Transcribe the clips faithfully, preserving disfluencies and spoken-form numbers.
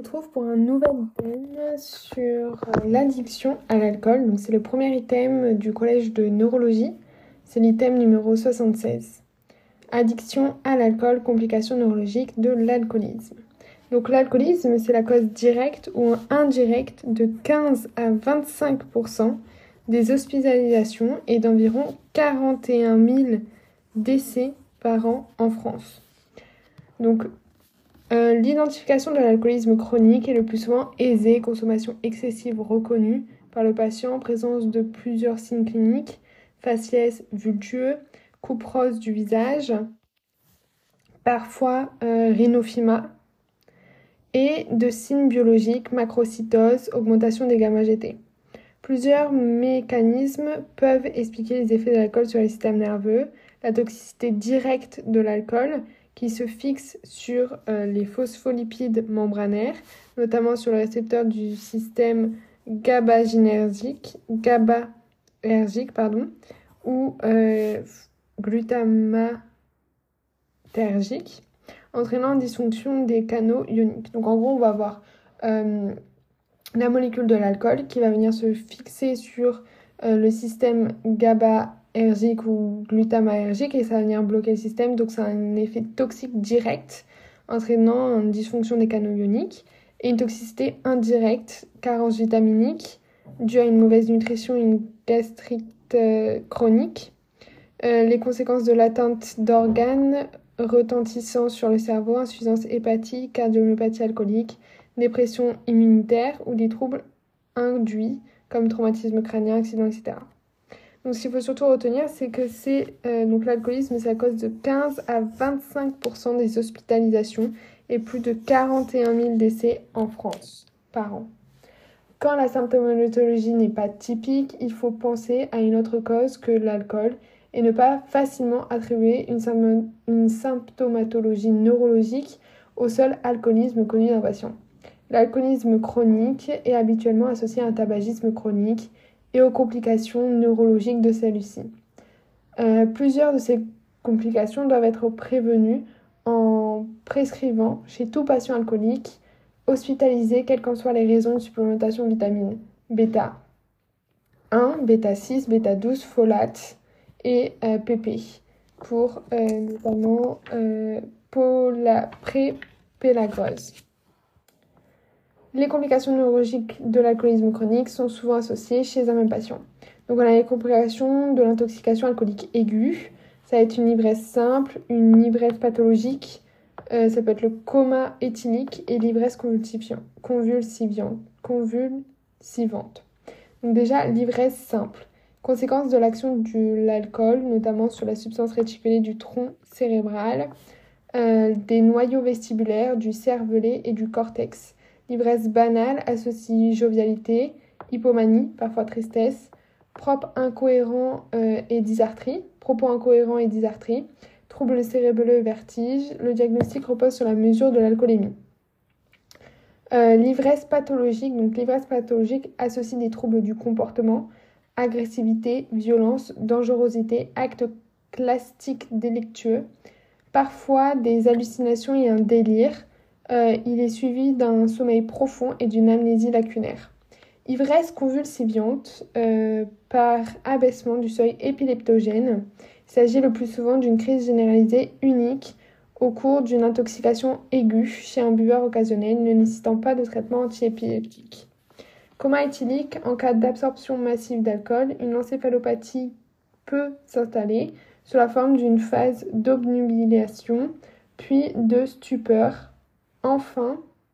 retrouve pour un nouvel item sur l'addiction à l'alcool. Donc c'est le premier item du collège de neurologie. C'est l'item numéro soixante-seize. Addiction à l'alcool, complications neurologiques de l'alcoolisme. Donc l'alcoolisme, c'est la cause directe ou indirecte de quinze à vingt-cinq pour cent des hospitalisations et d'environ quarante et un mille décès par an en France. Donc euh, l'identification de l'alcoolisme chronique est le plus souvent aisée, consommation excessive reconnue par le patient, présence de plusieurs signes cliniques, faciès vultueux, coupe rose du visage, parfois euh, rhinophyma, et de signes biologiques, macrocytose, augmentation des gamma-G T. Plusieurs mécanismes peuvent expliquer les effets de l'alcool sur les systèmes nerveux, la toxicité directe de l'alcool qui se fixe sur euh, les phospholipides membranaires, notamment sur le récepteur du système GABAergique, GABAergique pardon, ou euh, glutamatergique, entraînant une dysfonction des canaux ioniques. Donc en gros, on va avoir euh, la molécule de l'alcool qui va venir se fixer sur euh, le système GABAergique ou glutamatergique et ça va venir bloquer le système. Donc ça a un effet toxique direct, entraînant une dysfonction des canaux ioniques et une toxicité indirecte, carence vitaminique, due à une mauvaise nutrition et une gastrite euh, chronique. Euh, les conséquences de l'atteinte d'organes retentissant sur le cerveau, insuffisance hépatique, cardiomyopathie alcoolique, dépression immunitaire ou des troubles induits comme traumatisme crânien, accident, et cetera. Donc ce qu'il faut surtout retenir, c'est que c'est euh, donc l'alcoolisme, c'est à cause de quinze à vingt-cinq pour cent des hospitalisations et plus de quarante et un mille décès en France par an. Quand la symptomatologie n'est pas typique, il faut penser à une autre cause que l'alcool et ne pas facilement attribuer une, sym- une symptomatologie neurologique au seul alcoolisme connu d'un patient. L'alcoolisme chronique est habituellement associé à un tabagisme chronique et aux complications neurologiques de celui-ci. Euh, plusieurs de ces complications doivent être prévenues en prescrivant chez tout patient alcoolique hospitalisé, quelles qu'en soient les raisons de supplémentation de vitamine bêta un, bêta six, bêta douze, folate et euh, P P pour euh, notamment euh, pola- prépélagose. Les complications neurologiques de l'alcoolisme chronique sont souvent associées chez un même patient. Donc on a les complications de l'intoxication alcoolique aiguë, ça va être une ivresse simple, une ivresse pathologique, euh, ça peut être le coma éthylique et l'ivresse convulsivante. convulsivante. Donc déjà, l'ivresse simple. Conséquence de l'action de l'alcool, notamment sur la substance réticulée du tronc cérébral, euh, des noyaux vestibulaires, du cervelet et du cortex. L'ivresse banale associe jovialité, hypomanie, parfois tristesse, propre incohérent euh, et dysarthrie, propos incohérents et dysarthrie, troubles cérébraux, vertige. Le diagnostic repose sur la mesure de l'alcoolémie. Euh, l'ivresse pathologique, donc l'ivresse pathologique associe des troubles du comportement, agressivité, violence, dangerosité, actes classiques délictueux, parfois des hallucinations et un délire. Euh, il est suivi d'un sommeil profond et d'une amnésie lacunaire. Ivresse convulsivante euh, par abaissement du seuil épileptogène. Il s'agit le plus souvent d'une crise généralisée unique au cours d'une intoxication aiguë chez un buveur occasionnel ne nécessitant pas de traitement antiépileptique. Coma éthylique, en cas d'absorption massive d'alcool, une encéphalopathie peut s'installer sous la forme d'une phase d'obnubilation, puis de stupeur, enfin,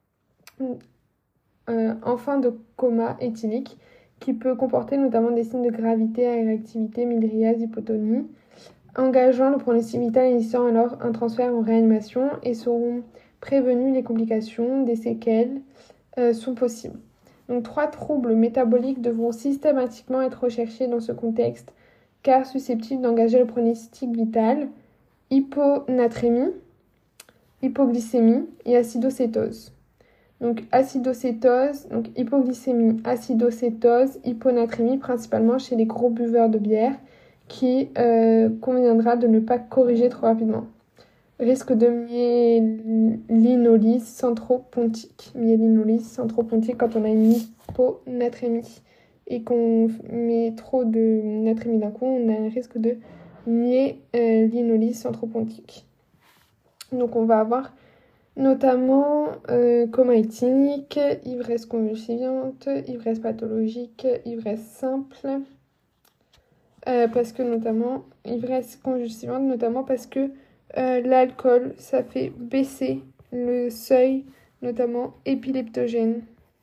euh, enfin de coma éthylique, qui peut comporter notamment des signes de gravité, érectivité, mydriase, hypotonie, engageant le pronostic vital et initiant alors un transfert en réanimation et seront prévenues les complications, des séquelles euh, sont possibles. Donc trois troubles métaboliques devront systématiquement être recherchés dans ce contexte car susceptibles d'engager le pronostic vital: hyponatrémie, hypoglycémie et acidocétose. Donc acidocétose, donc hypoglycémie, acidocétose, hyponatrémie principalement chez les gros buveurs de bière qui euh, conviendra de ne pas corriger trop rapidement. Risque de myélinolyse centropontique. Myélinolyse centropontique quand on a une hyponatrémie et qu'on met trop de natrémie d'un coup, on a un risque de myélinolyse centropontique. Donc on va avoir notamment euh, coma éthylique, ivresse convulsivante, ivresse pathologique, ivresse simple, euh, parce que notamment, ivresse convulsivante, notamment parce que euh, l'alcool, ça fait baisser le seuil, notamment épileptogène.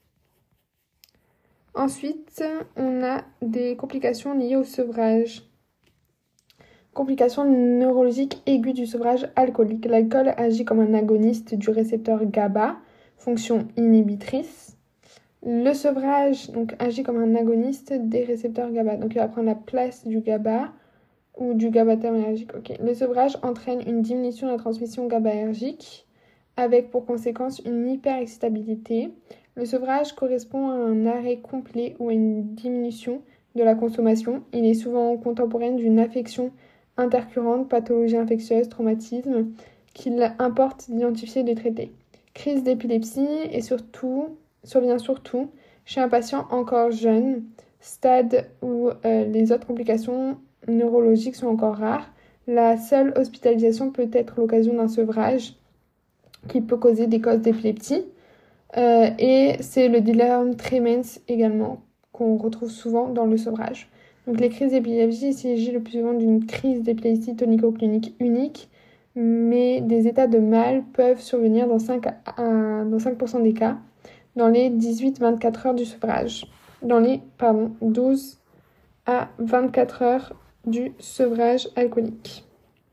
Ensuite, on a des complications liées au sevrage. Complications neurologiques aiguës du sevrage alcoolique. L'alcool agit comme un agoniste du récepteur GABA, fonction inhibitrice. Le sevrage donc, agit comme un agoniste des récepteurs GABA. Donc il va prendre la place du GABA ou du GABAtergique. Okay. Le sevrage entraîne une diminution de la transmission GABAergique avec pour conséquence une hyperexcitabilité. Le sevrage correspond à un arrêt complet ou à une diminution de la consommation. Il est souvent contemporain d'une affection intercurrente, pathologie infectieuse, traumatisme, qu'il importe d'identifier et de traiter. Crise d'épilepsie et surtout, survient surtout chez un patient encore jeune, stade où euh, les autres complications neurologiques sont encore rares. La seule hospitalisation peut être l'occasion d'un sevrage qui peut causer des causes d'épilepsie. Euh, et c'est le delirium tremens également qu'on retrouve souvent dans le sevrage. Donc les crises d'épilepsie, il s'agit le plus souvent d'une crise d'épilepsie tonico-clonique unique, mais des états de mal peuvent survenir dans cinq, à, dans cinq pour cent des cas, dans les dix-huit à vingt-quatre heures du sevrage, dans les pardon, douze à vingt-quatre heures du sevrage alcoolique.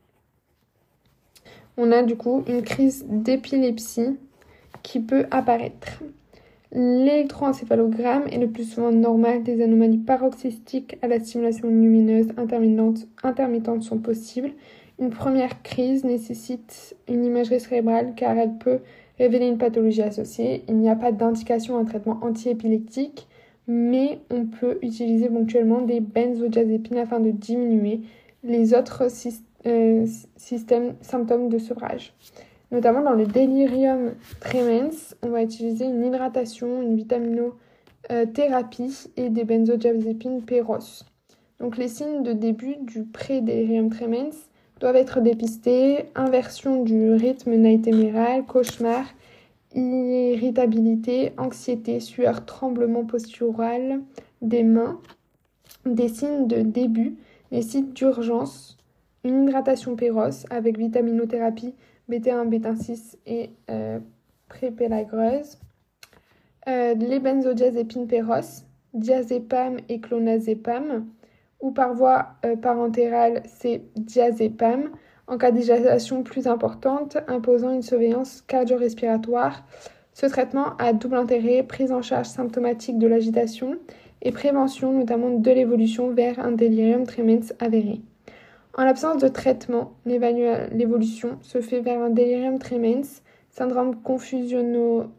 On a du coup une crise d'épilepsie qui peut apparaître. L'électroencéphalogramme est le plus souvent normal. Des anomalies paroxystiques à la stimulation lumineuse intermittente, intermittente sont possibles. Une première crise nécessite une imagerie cérébrale car elle peut révéler une pathologie associée. Il n'y a pas d'indication d'un traitement antiépileptique, mais on peut utiliser ponctuellement des benzodiazépines afin de diminuer les autres sy- euh, systèmes, symptômes de sevrage. Notamment dans le delirium tremens, on va utiliser une hydratation, une vitaminothérapie et des benzodiazépines péros. Donc les signes de début du pré-delirium tremens doivent être dépistés: inversion du rythme naïtéméral, cauchemar, irritabilité, anxiété, sueur, tremblement postural des mains. Des signes de début, les signes d'urgence, une hydratation péros avec vitaminothérapie B T un, B T six et euh, prépélagreuse. Euh, les benzodiazépines péros, diazépam et clonazépam, ou par voie euh, parentérale, c'est diazépam, en cas d'agitation plus importante, imposant une surveillance cardio-respiratoire. Ce traitement a double intérêt: prise en charge symptomatique de l'agitation et prévention notamment de l'évolution vers un delirium tremens avéré. En l'absence de traitement, l'évolution se fait vers un delirium tremens, syndrome confusionno-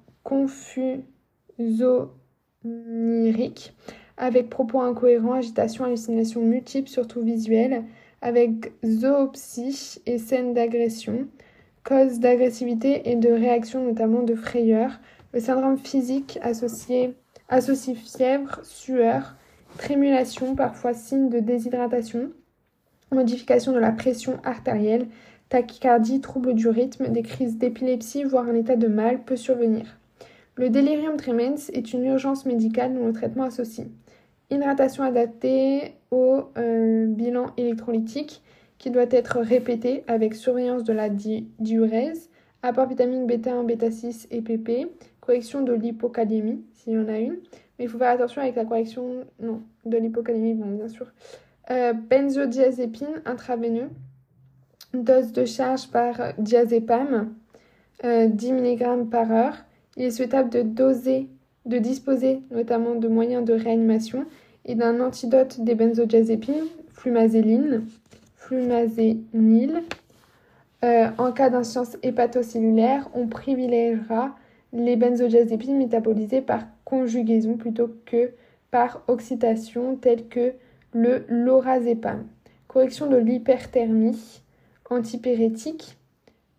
confusonirique, avec propos incohérents, agitation, hallucinations multiples, surtout visuelles, avec zoopsie et scènes d'agression, cause d'agressivité et de réaction, notamment de frayeur. Le syndrome physique associé, associe fièvre, sueur, trémulation, parfois signe de déshydratation, modification de la pression artérielle, tachycardie, trouble du rythme, des crises d'épilepsie, voire un état de mal peut survenir. Le delirium tremens est une urgence médicale dont le traitement associe hydratation adaptée au euh, bilan électrolytique qui doit être répété avec surveillance de la di- diurèse, apport vitamine B T un, B T six et P P, correction de l'hypokaliémie s'il y en a une, mais il faut faire attention avec la correction non, de l'hypokaliémie, bon, bien sûr. Euh, benzodiazépine intraveineux, dose de charge par diazépam, euh, dix milligrammes par heure. Il est souhaitable de doser, de disposer notamment de moyens de réanimation et d'un antidote des benzodiazépines, flumazéline, flumazénil. Euh, en cas d'insuffisance hépatocellulaire, on privilégiera les benzodiazépines métabolisées par conjugaison plutôt que par oxydation, telles que le lorazépam. Correction de l'hyperthermie, antipyrétique,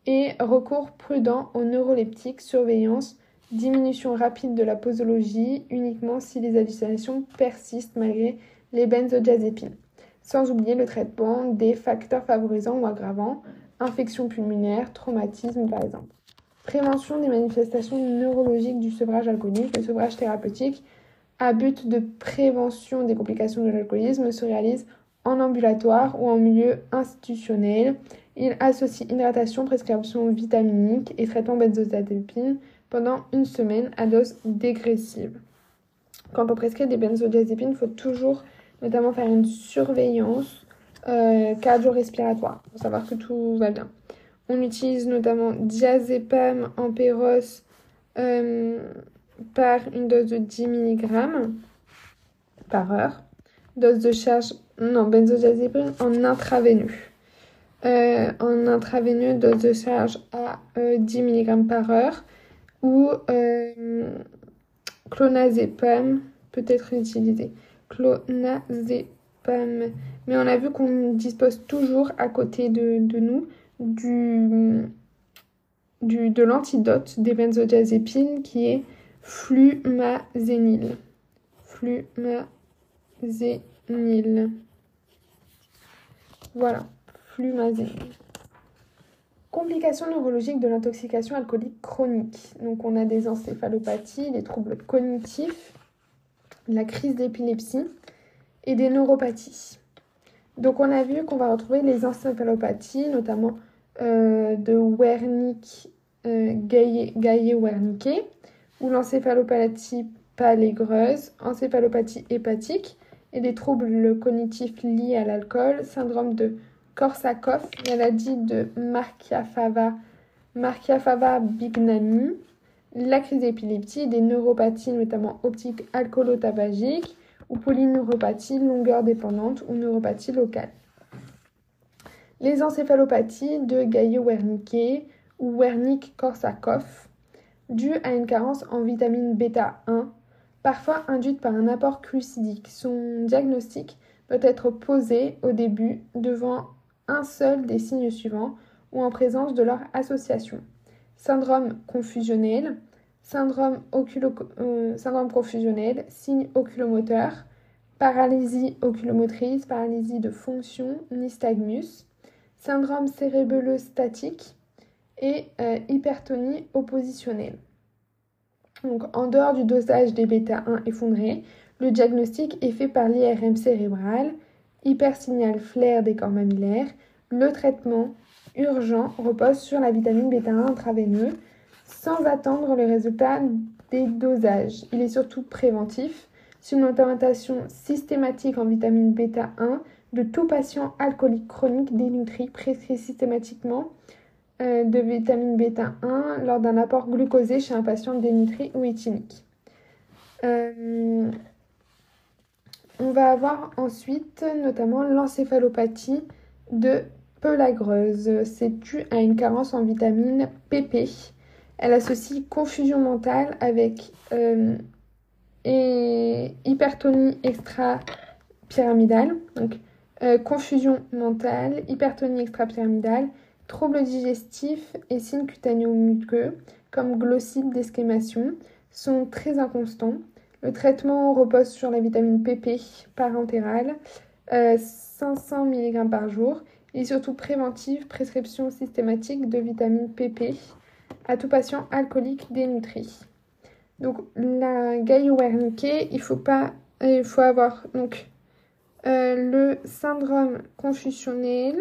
et recours prudent aux neuroleptiques, surveillance, diminution rapide de la posologie uniquement si les hallucinations persistent malgré les benzodiazépines. Sans oublier le traitement des facteurs favorisants ou aggravants, infection pulmonaire, traumatisme par exemple. Prévention des manifestations neurologiques du sevrage alcoolique. Le sevrage thérapeutique à but de prévention des complications de l'alcoolisme se réalise en ambulatoire ou en milieu institutionnel. Il associe hydratation, prescription vitaminique et traitement benzodiazépine pendant une semaine à dose dégressive. Quand on prescrit des benzodiazépines, il faut toujours notamment faire une surveillance euh, cardio-respiratoire pour savoir que tout va bien. On utilise notamment diazépam en péros euh, par une dose de dix milligrammes par heure. Dose de charge, non, benzodiazépine en intraveineux. Euh, en intraveineux, dose de charge à euh, dix milligrammes par heure. Ou euh, clonazepam peut être utilisé. Clonazepam. Mais on a vu qu'on dispose toujours à côté de, de nous du, du, de l'antidote des benzodiazépines qui est flumazénil. Flumazénil. Voilà, flumazénil. Complications neurologiques de l'intoxication alcoolique chronique. Donc on a des encéphalopathies, des troubles cognitifs, la crise d'épilepsie et des neuropathies. Donc on a vu qu'on va retrouver les encéphalopathies, notamment euh, de Wernicke, euh, Gaillet-Wernicke, ou l'encéphalopathie palégreuse, encéphalopathie hépatique, et des troubles cognitifs liés à l'alcool, syndrome de Korsakoff, maladie de Marchiafava, Marchiafava-Bignami, la crise d'épilepsie, des neuropathies notamment optiques alcoolo-tabagiques ou polyneuropathie longueur dépendante ou neuropathie locale. Les encéphalopathies de Gaillet-Wernicke ou Wernicke-Korsakoff, dues à une carence en vitamine bêta un, parfois induite par un apport glucidique. Son diagnostic doit être posé au début devant un seul des signes suivants ou en présence de leur association. Syndrome confusionnel, syndrome, oculo, euh, syndrome confusionnel, signe oculomoteur, paralysie oculomotrice, paralysie de fonction, nystagmus, syndrome cérébelleux statique et euh, hypertonie oppositionnelle. Donc, en dehors du dosage des bêta un effondrés, le diagnostic est fait par l'I R M cérébral, hypersignal flair des corps mammillaires. Le traitement urgent repose sur la vitamine bêta un intraveineux sans attendre le résultat des dosages. Il est surtout préventif, sur une augmentation systématique en vitamine bêta un de tout patient alcoolique chronique dénutri prescrit systématiquement euh, de vitamine bêta un lors d'un apport glucosé chez un patient dénutri ou éthylique. Euh, on va avoir ensuite notamment l'encéphalopathie de Pelagreuse. C'est dû à une carence en vitamine P P. Elle associe confusion mentale avec euh, et hypertonie extra-pyramidale. Donc, euh, confusion mentale, hypertonie extra-pyramidale, troubles digestifs et signes cutaneo-muqueux comme glossite d'esquamation sont très inconstants. Le traitement repose sur la vitamine P P parentérale, euh, cinq cents milligrammes par jour. Et surtout préventive, prescription systématique de vitamine P P à tout patient alcoolique dénutri. Donc la Gaillet-Wernicke, il faut pas, il faut avoir donc euh, le syndrome confusionnel,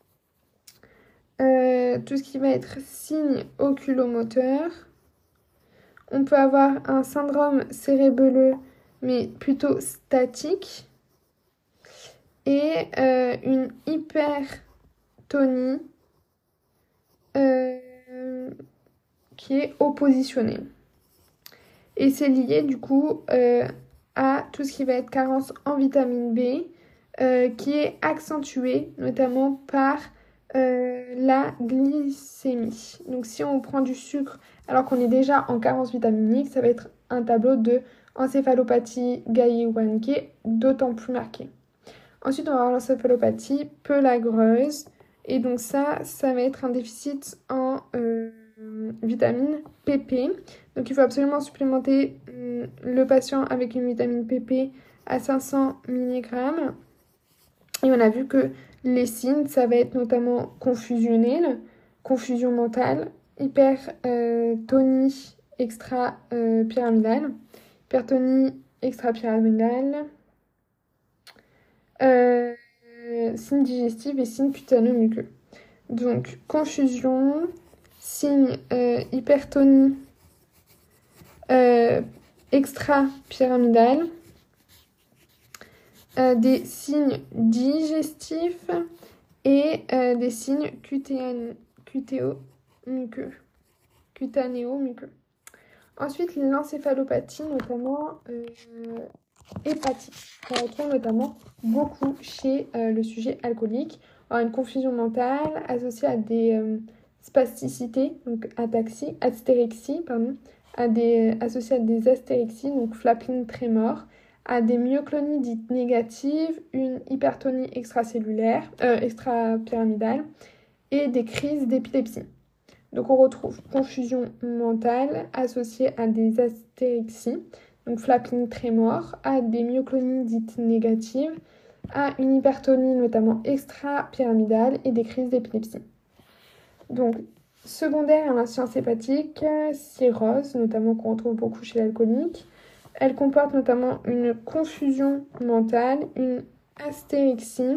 euh, tout ce qui va être signe oculomoteur. On peut avoir un syndrome cérébelleux, mais plutôt statique, et euh, une hypertonie euh, qui est oppositionnée. Et c'est lié du coup euh, à tout ce qui va être carence en vitamine B, euh, qui est accentuée notamment par euh, la glycémie. Donc si on prend du sucre alors qu'on est déjà en carence vitaminique, ça va être un tableau de encéphalopathie Gaillet-Wernicke d'autant plus marqué. Ensuite, on va avoir l'encéphalopathie pelagreuse. Et donc ça, ça va être un déficit en vitamine P P. Donc il faut absolument supplémenter hum, le patient avec une vitamine P P à cinq cents milligrammes. Et on a vu que les signes, ça va être notamment confusionnel, confusion mentale, hypertonie extra-pyramidale, hypertonie extra-pyramidale, euh, signes digestifs et signes cutano-muqueux. Donc, confusion, signe euh, hypertonie euh, extra-pyramidale, euh, des signes digestifs et euh, des signes cutéan- cutéo-muqueux. cutanéo-muqueux. Ensuite, l'encéphalopathie, notamment euh, hépatique. On retrouve notamment beaucoup chez euh, le sujet alcoolique. Alors, une confusion mentale associée à des euh, spasticités, donc ataxie, astérexie, pardon, à des, associée à des astérexies, donc flapping trémor, à des myoclonies dites négatives, une hypertonie extracellulaire, euh, extra-pyramidale et des crises d'épilepsie. Donc on retrouve confusion mentale associée à des astérexies, donc flapping trémor, à des myoclonies dites négatives, à une hypertonie notamment extra-pyramidale et des crises d'épilepsie. Donc secondaire à l'insuffisance hépatique, cirrhose, notamment qu'on retrouve beaucoup chez l'alcoolique. Elle comporte notamment une confusion mentale, une astérexie,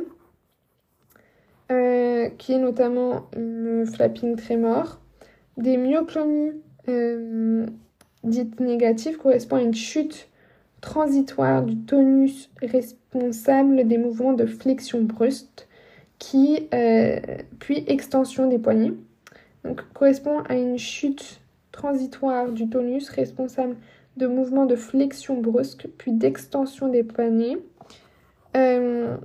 euh, qui est notamment une flapping trémor. Des myoclonies euh, dites négatives correspondent à une chute transitoire du tonus responsable des mouvements de flexion brusque, qui, euh, puis extension des poignets. Donc, correspond à une chute transitoire du tonus responsable de mouvements de flexion brusque, puis d'extension des poignets. Euh,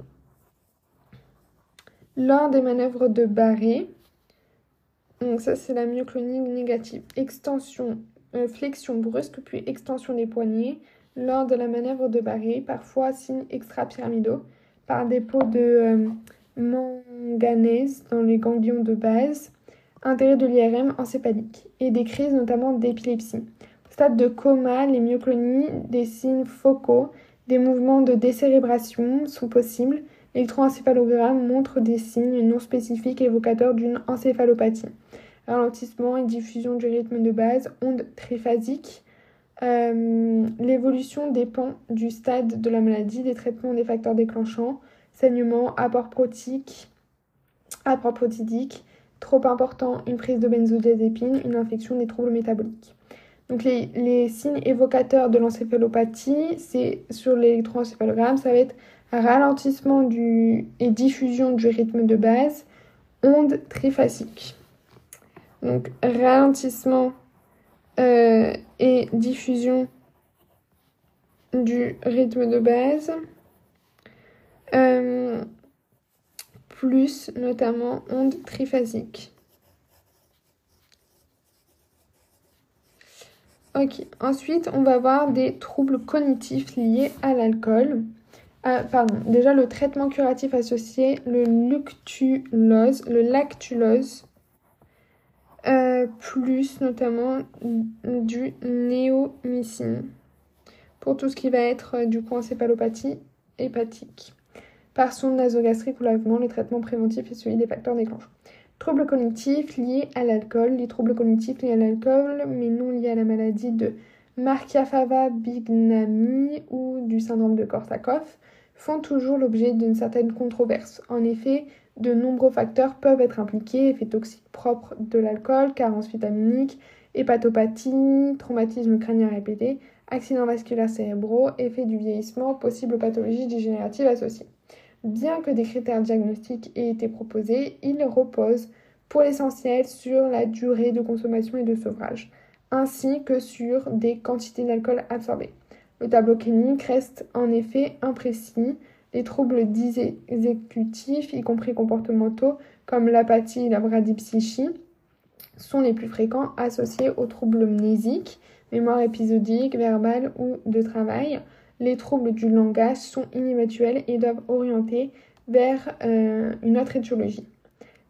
lors des manœuvres de Barré, donc ça c'est la myoclonie négative, extension, euh, flexion brusque, puis extension des poignets, lors de la manœuvre de Barré, parfois signes extra-pyramidaux, par dépôt de euh, manganèse dans les ganglions de base, intérêt de l'I R M encéphalique, et des crises notamment d'épilepsie. Au stade de coma, les myoclonies, des signes focaux, des mouvements de décérébration sont possibles. L'électroencéphalogramme montre des signes non spécifiques évocateurs d'une encéphalopathie. Ralentissement et diffusion du rythme de base, ondes triphasiques. Euh, l'évolution dépend du stade de la maladie, des traitements des facteurs déclenchants, saignement, apport protique, apport protidique, trop important, une prise de benzodiazépine, une infection, des troubles métaboliques. Donc les, les signes évocateurs de l'encéphalopathie, c'est sur l'électroencéphalogramme, ça va être ralentissement du, et diffusion du rythme de base, ondes triphasiques. Donc ralentissement euh, et diffusion du rythme de base, euh, plus notamment ondes triphasiques. Ok, ensuite on va voir des troubles cognitifs liés à l'alcool. Ah, pardon, déjà le traitement curatif associé, le luctulose, le lactulose, euh, plus notamment du néomycine, pour tout ce qui va être euh, du coup encéphalopathie hépatique. Par sonde nasogastrique ou lavement, le traitement préventif est celui des facteurs déclenchants. Troubles cognitifs liés à l'alcool, les troubles cognitifs liés à l'alcool, mais non liés à la maladie de Markia-Fava-Bignami ou du syndrome de Korsakoff, font toujours l'objet d'une certaine controverse. En effet, de nombreux facteurs peuvent être impliqués, effets toxiques propres de l'alcool, carence vitaminique, hépatopathie, traumatisme crânien répété, accidents vasculaires cérébraux, effets du vieillissement, possibles pathologies dégénératives associées. Bien que des critères diagnostiques aient été proposés, ils reposent pour l'essentiel sur la durée de consommation et de sevrage, ainsi que sur des quantités d'alcool absorbées. Le tableau clinique reste en effet imprécis. Les troubles dits exécutifs, y compris comportementaux, comme l'apathie et la bradypsychie, sont les plus fréquents associés aux troubles mnésiques, mémoire épisodique, verbale ou de travail. Les troubles du langage sont inhabituels et doivent orienter vers euh, une autre étiologie.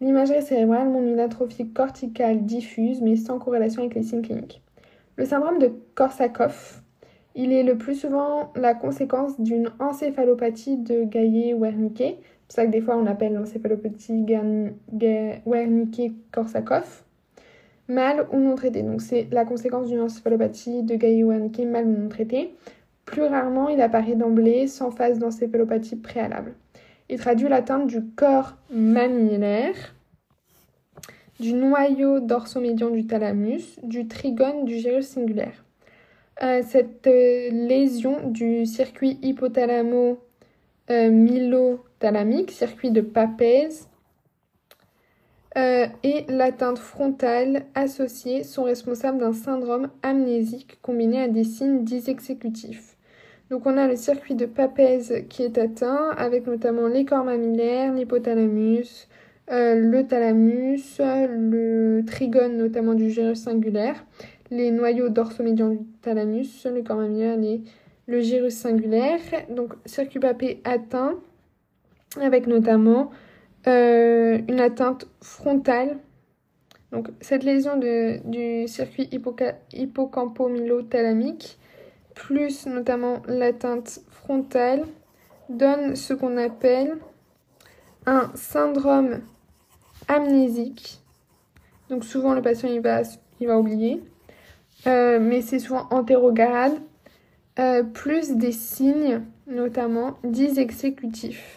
L'imagerie cérébrale montre une atrophie corticale diffuse, mais sans corrélation avec les signes cliniques. Le syndrome de Korsakoff, il est le plus souvent la conséquence d'une encéphalopathie de Gaillet-Wernicke. C'est pour ça que des fois on appelle l'encéphalopathie Wernicke-Korsakoff. Mal ou non traité. Donc c'est la conséquence d'une encéphalopathie de Gaillet-Wernicke mal ou non traitée. Plus rarement, il apparaît d'emblée sans phase d'encéphalopathie préalable. Il traduit l'atteinte du corps mammillaire, du noyau dorsomédian du thalamus, du trigone du gyrus singulaire. Euh, cette euh, lésion du circuit hypothalamo-mylothalamique, euh, circuit de Papez, euh, et l'atteinte frontale associée sont responsables d'un syndrome amnésique combiné à des signes dysexécutifs. Donc on a le circuit de Papez qui est atteint, avec notamment les corps mammillaires, l'hypothalamus, euh, le thalamus, le trigone notamment du gyrus singulaire, les noyaux dorsomédians du thalamus, le corps mammillaire, les, le gyrus singulaire. Donc circuit Papez atteint, avec notamment euh, une atteinte frontale. Donc cette lésion de, du circuit hippocampo-mylothalamique plus notamment l'atteinte frontale, donne ce qu'on appelle un syndrome amnésique. Donc souvent le patient il va, il va oublier, euh, mais c'est souvent antérograde, euh, plus des signes notamment dysexécutifs.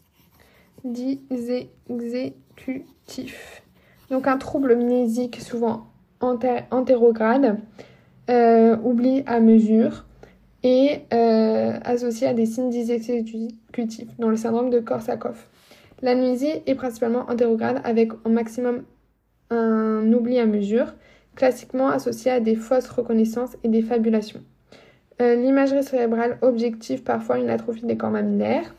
Dysexécutifs. Donc un trouble mnésique souvent anté- antérograde, Euh, oubli à mesure et euh, associé à des signes dysexécutifs dans le syndrome de Korsakoff. L'amnésie est principalement antérograde avec au maximum un oubli à mesure, classiquement associé à des fausses reconnaissances et des fabulations. Euh, l'imagerie cérébrale objective parfois une atrophie des corps mammillaires.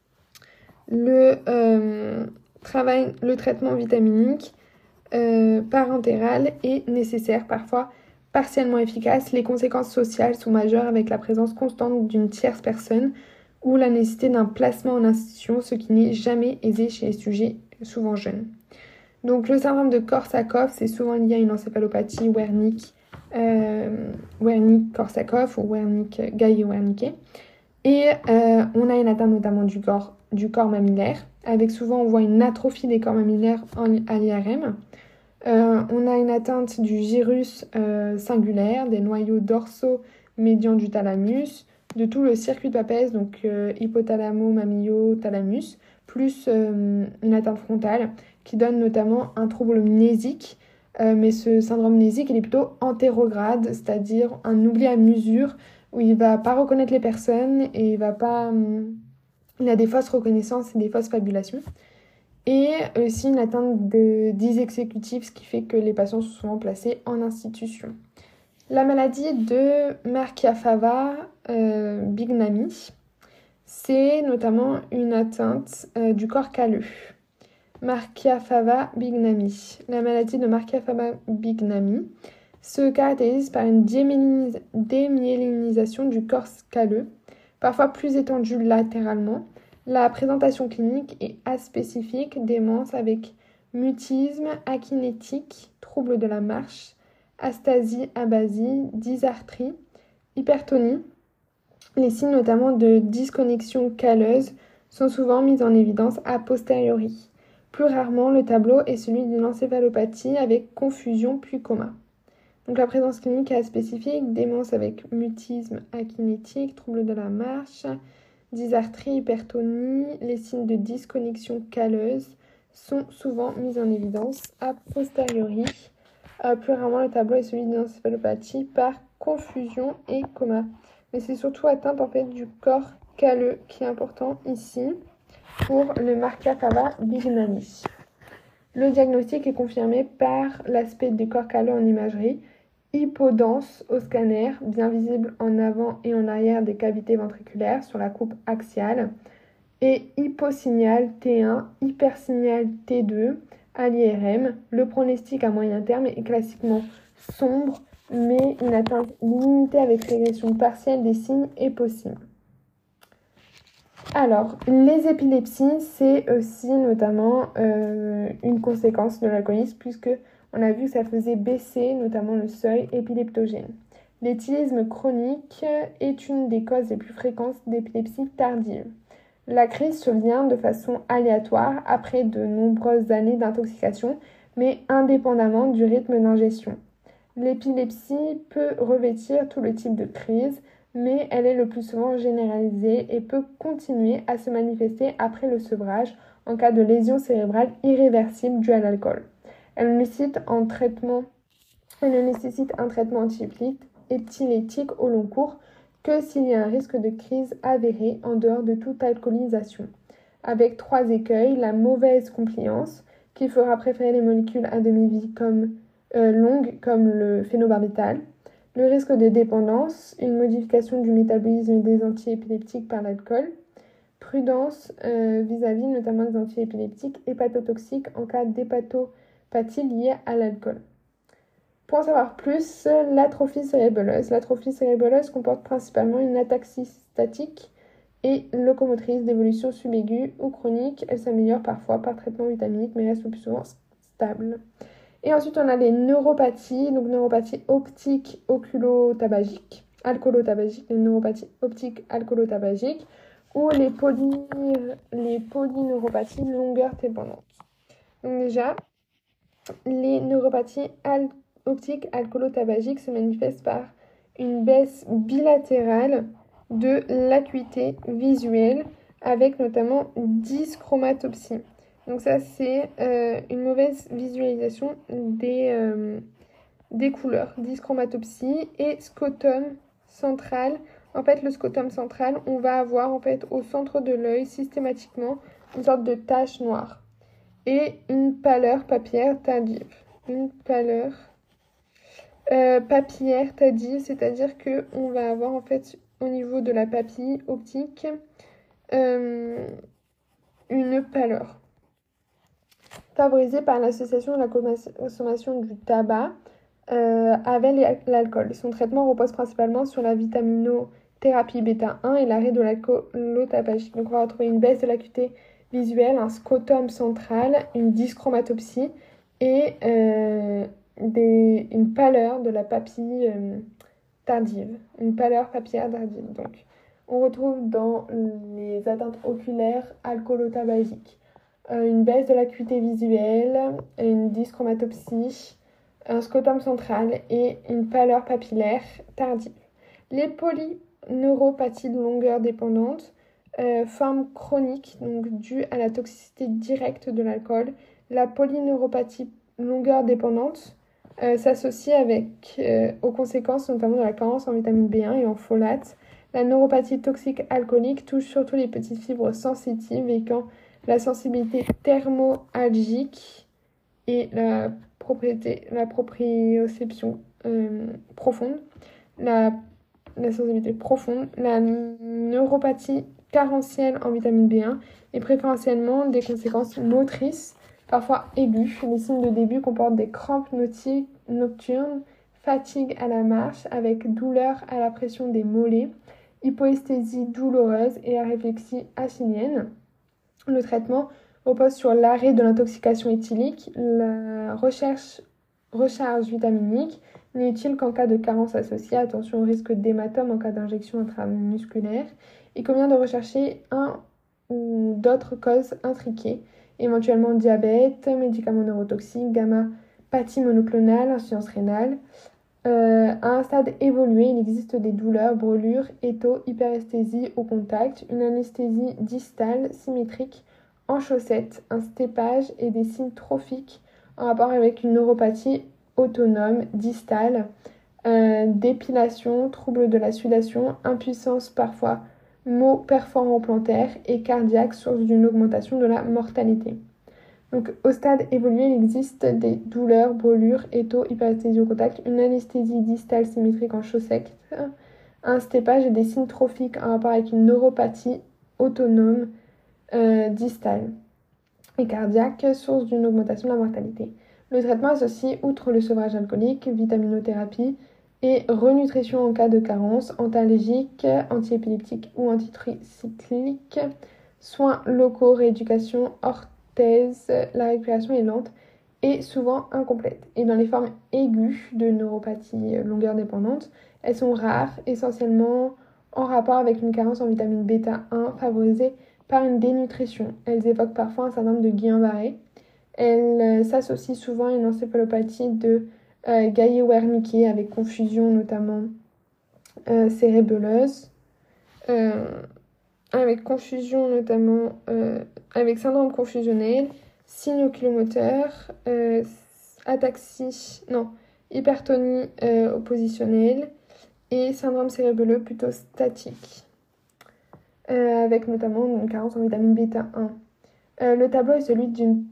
Le, euh, travail, le traitement vitaminique euh, parentéral est nécessaire parfois partiellement efficace. Les conséquences sociales sont majeures avec la présence constante d'une tierce personne ou la nécessité d'un placement en institution, ce qui n'est jamais aisé chez les sujets souvent jeunes. Donc le syndrome de Korsakoff, c'est souvent lié à une encéphalopathie Wernicke, euh, Wernicke-Korsakoff ou Wernicke-Gaillet-Wernicke. Et euh, on a une atteinte notamment du corps, du corps mammillaire, avec souvent on voit une atrophie des corps mammillaires en, à l'I R M. Euh, on a une atteinte du gyrus euh, singulaire, des noyaux dorsaux-médians du thalamus, de tout le circuit de Papez, donc euh, hypothalamo-mamillo-thalamus, plus euh, une atteinte frontale qui donne notamment un trouble mnésique. Euh, mais ce syndrome mnésique, il est plutôt antérograde, c'est-à-dire un oubli à mesure où il ne va pas reconnaître les personnes et il va pas, hum, il a des fausses reconnaissances et des fausses fabulations. Et aussi une atteinte de dysexécutif, ce qui fait que les patients sont souvent placés en institution. La maladie de Markia-Favre-Bignami, euh, c'est notamment une atteinte euh, du corps calleux. Markia-Favre-Bignami. La maladie de Markia-Favre-Bignami se caractérise par une démyélinis- démyélinisation du corps calleux, parfois plus étendue latéralement. La présentation clinique est aspécifique, démence avec mutisme, akinétique, trouble de la marche, astasie, abasie, dysarthrie, hypertonie. Les signes notamment de disconnexion calleuse sont souvent mis en évidence a posteriori. Plus rarement, le tableau est celui d'une encéphalopathie avec confusion puis coma. Donc la présence clinique est aspécifique, démence avec mutisme, akinétique, trouble de la marche, dysarthrie, hypertonie. Les signes de disconnexion calleuse sont souvent mis en évidence a posteriori. Euh, plus rarement, le tableau est celui d'une encéphalopathie par confusion et coma. Mais c'est surtout atteinte en fait du corps calleux qui est important ici pour le Markia-Favre-Bignami. Le diagnostic est confirmé par l'aspect du corps calleux en imagerie, hypodense au scanner, bien visible en avant et en arrière des cavités ventriculaires sur la coupe axiale, et hyposignal T un, hypersignal T deux à l'I R M. Le pronostic à moyen terme est classiquement sombre, mais une atteinte limitée avec régression partielle des signes est possible. Alors, les épilepsies, c'est aussi notamment euh, une conséquence de l'alcoolisme puisque on a vu que ça faisait baisser notamment le seuil épileptogène. L'éthylisme chronique est une des causes les plus fréquentes d'épilepsie tardive. La crise survient de façon aléatoire après de nombreuses années d'intoxication, mais indépendamment du rythme d'ingestion. L'épilepsie peut revêtir tout le type de crise, mais elle est le plus souvent généralisée et peut continuer à se manifester après le sevrage en cas de lésion cérébrale irréversible due à l'alcool. Elle nécessite, en traitement, elle ne nécessite un traitement épileptique au long cours que s'il y a un risque de crise avéré en dehors de toute alcoolisation. Avec trois écueils, la mauvaise compliance, qui fera préférer les molécules à demi-vie comme euh, longues comme le phénobarbital, le risque de dépendance, une modification du métabolisme des antiépileptiques par l'alcool, prudence euh, vis-à-vis notamment des antiépileptiques hépatotoxiques en cas d'hépatopathie liée à l'alcool. Pour en savoir plus, l'atrophie cérébelleuse. L'atrophie cérébelleuse comporte principalement une ataxie statique et locomotrice d'évolution subaiguë ou chronique. Elle s'améliore parfois par traitement vitaminique mais reste le plus souvent stable. Et ensuite, on a les neuropathies, donc neuropathie optique oculotabagique, alcoolotabagique, les neuropathies optiques alcoolotabagiques ou les, poly, les polyneuropathies longueur dépendante. Donc déjà, les neuropathies al- optiques alcoolotabagiques se manifestent par une baisse bilatérale de l'acuité visuelle avec notamment dyschromatopsie. Donc ça, c'est euh, une mauvaise visualisation des, euh, des couleurs, dyschromatopsie et scotum central. En fait, le scotum central, on va avoir en fait au centre de l'œil systématiquement une sorte de tache noire et une pâleur papillaire tardive. Une pâleur euh, papillaire tardive, c'est-à-dire que on va avoir en fait au niveau de la papille optique euh, une pâleur favorisée par l'association de la consommation du tabac euh, avec l'alcool. Son traitement repose principalement sur la vitaminothérapie bêta un et l'arrêt de l'alcoolotabagie. Donc on va retrouver une baisse de l'acuité visuelle, un scotum central, une dyschromatopsie et euh, des, une pâleur de la papille euh, tardive, une pâleur papillaire tardive. Donc, on retrouve dans les atteintes oculaires alcoolotabagiques euh, une baisse de l'acuité visuelle, une dyschromatopsie, un scotum central et une pâleur papillaire tardive. Les polyneuropathies de longueur dépendante, euh, forme chronique, donc due à la toxicité directe de l'alcool. La polyneuropathie longueur dépendante euh, s'associe avec, euh, aux conséquences notamment de la carence en vitamine B un et en folate. La neuropathie toxique alcoolique touche surtout les petites fibres sensitives et quand la sensibilité thermoalgique et la propriété, la proprioception euh, profonde, la, la sensibilité profonde, la neuropathie carentielle en vitamine B un et préférentiellement des conséquences motrices, parfois aiguës. Les signes de début comportent des crampes nocturnes, fatigue à la marche avec douleur à la pression des mollets, hypoesthésie douloureuse et aréflexie acinienne. Le traitement repose sur l'arrêt de l'intoxication éthylique. La recherche, recharge vitaminique n'est utile qu'en cas de carence associée. Attention au risque d'hématome en cas d'injection intramusculaire. Il convient de rechercher un ou d'autres causes intriquées, éventuellement diabète, médicaments neurotoxiques, gamma-pathie monoclonale, insuffisance rénale. Euh, à un stade évolué, il existe des douleurs, brûlures, étaux, hyperesthésie au contact, une anesthésie distale symétrique en chaussette, un stépage et des signes trophiques en rapport avec une neuropathie autonome distale, euh, dépilation, troubles de la sudation, impuissance parfois, maux perforants plantaires et cardiaque, source d'une augmentation de la mortalité. Donc, au stade évolué, il existe des douleurs, brûlures, étaux, hyperesthésie au contact, une anesthésie distale symétrique en chaussette, un stépage et des signes trophiques en rapport avec une neuropathie autonome euh, distale et cardiaque, source d'une augmentation de la mortalité. Le traitement associe, outre le sevrage alcoolique, vitaminothérapie et renutrition en cas de carence, antalgique, antiépileptique ou antitricyclique, soins locaux, rééducation, orthèse, la récupération est lente et souvent incomplète. Et dans les formes aiguës de neuropathie longueur dépendante, elles sont rares, essentiellement en rapport avec une carence en vitamine bêta un favorisée par une dénutrition. Elles évoquent parfois un syndrome de Guillain-Barré. Elles s'associent souvent à une encéphalopathie de euh, Gaillet-Wernicke avec confusion notamment euh, cérébelleuse, euh, avec confusion notamment euh, avec syndrome confusionnel, signes oculomoteurs, euh, ataxie, non, hypertonie euh, oppositionnelle et syndrome cérébelleux plutôt statique, euh, avec notamment une carence en vitamine bêta un. Euh, le tableau est celui d'une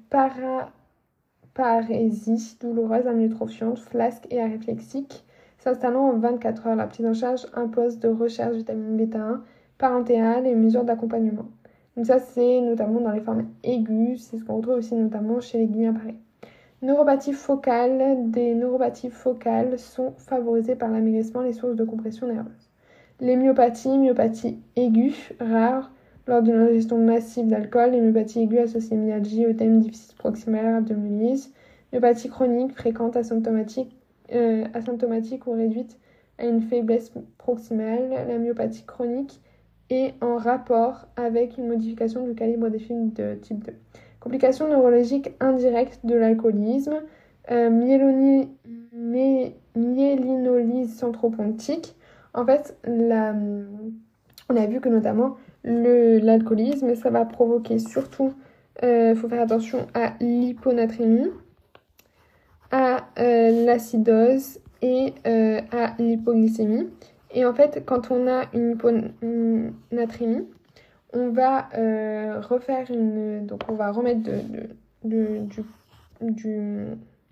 paraparésie douloureuse amyotrophiante, flasque et aréflexique, s'installant en vingt-quatre heures. La prise en charge impose de recherche de vitamine bêta un, parentéral et mesures d'accompagnement. Donc ça, c'est notamment dans les formes aiguës, c'est ce qu'on retrouve aussi notamment chez les Guillain-Barré. Neuropathie focale. Des neuropathies focales sont favorisées par l'amaigrissement, les sources de compression nerveuse. Les myopathies, myopathies aiguës, rares, lors d'une ingestion massive d'alcool, les myopathies aiguës associées à myalgie, œdème, déficit proximal, rhabdomyolyse, myopathies chroniques, fréquentes, asymptomatiques, euh, asymptomatiques ou réduites à une faiblesse proximale, la myopathie chronique est en rapport avec une modification du calibre des fibres de type deux. Complications neurologiques indirectes de l'alcoolisme, euh, myéloni- mé- myélinolyse centropontique. En fait, la, on a vu que notamment le, l'alcoolisme, ça va provoquer surtout, il euh, faut faire attention à l'hyponatrémie, à euh, l'acidose et euh, à l'hypoglycémie. Et en fait, quand on a une hyponatrémie, on va euh, refaire une... Donc, on va remettre de, de, de, du, du,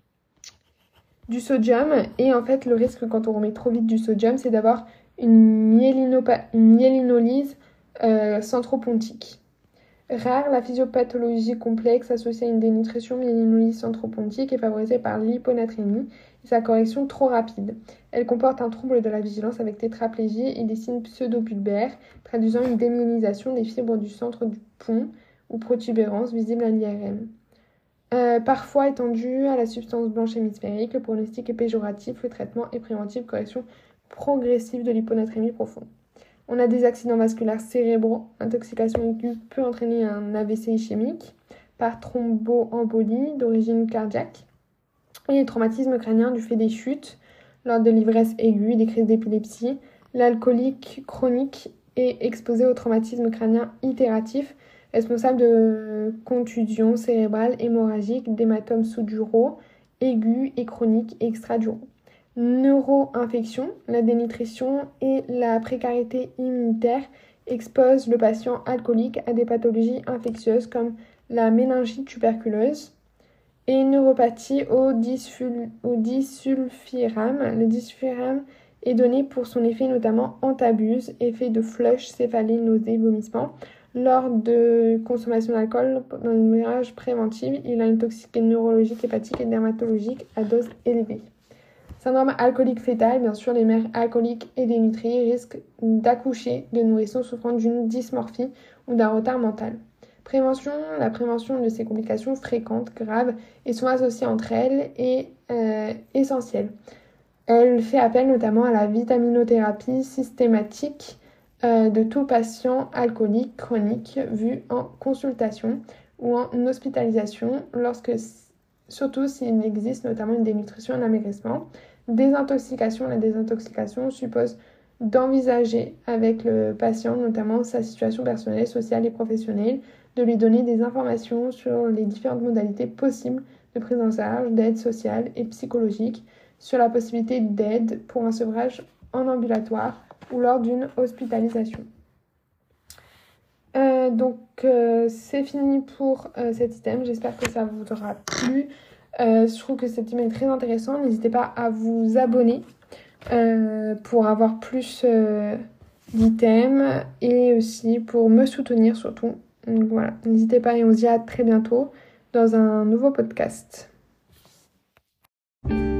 du sodium. Et en fait, le risque quand on remet trop vite du sodium, c'est d'avoir une, myélinopa- une myélinolyse euh, centropontique. Rare, la physiopathologie complexe associée à une dénutrition myélinolyse centropontique est favorisée par l'hyponatrémie et sa correction trop rapide. Elle comporte un trouble de la vigilance avec tétraplégie et des signes pseudo-bulbaires, traduisant une démyélisation des fibres du centre du pont ou protubérance visible à l'I R M. Euh, parfois étendue à la substance blanche hémisphérique, le pronostic est péjoratif, le traitement est préventif, correction progressive de l'hyponatrémie profonde. On a des accidents vasculaires cérébraux. Intoxication aiguë peut entraîner un A V C ischémique par thromboembolie d'origine cardiaque. Et les traumatismes crâniens du fait des chutes lors de l'ivresse aiguë, des crises d'épilepsie. L'alcoolique chronique est exposé au traumatisme crânien itératif, responsable de contusions cérébrales hémorragiques, d'hématomes sous-duraux, aigus et chroniques et extraduraux. Neuroinfection, la dénutrition et la précarité immunitaire exposent le patient alcoolique à des pathologies infectieuses comme la méningite tuberculeuse et neuropathie au, disful- au disulfiram. Le disulfiram est donné pour son effet notamment antabuse, effet de flush, céphalée, nausée, vomissement. Lors de consommation d'alcool dans une mirage préventive, il a une toxicité neurologique, hépatique et dermatologique à dose élevée. Syndrome alcoolique fœtal, bien sûr, les mères alcooliques et dénutries risquent d'accoucher de nourrissons souffrant d'une dysmorphie ou d'un retard mental. Prévention, la prévention de ces complications fréquentes, graves et sont associées entre elles est euh, essentielle. Elle fait appel notamment à la vitaminothérapie systématique euh, de tout patient alcoolique chronique vu en consultation ou en hospitalisation, lorsque, surtout s'il existe notamment une dénutrition et un amaigrissement. Désintoxication, la désintoxication suppose d'envisager avec le patient notamment sa situation personnelle, sociale et professionnelle, de lui donner des informations sur les différentes modalités possibles de prise en charge, d'aide sociale et psychologique, sur la possibilité d'aide pour un sevrage en ambulatoire ou lors d'une hospitalisation. Euh, donc euh, c'est fini pour euh, cet item, j'espère que ça vous aura plu. Euh, je trouve que cet item est très intéressant, n'hésitez pas à vous abonner euh, pour avoir plus euh, d'items et aussi pour me soutenir surtout. Donc voilà, n'hésitez pas et on se dit à très bientôt dans un nouveau podcast.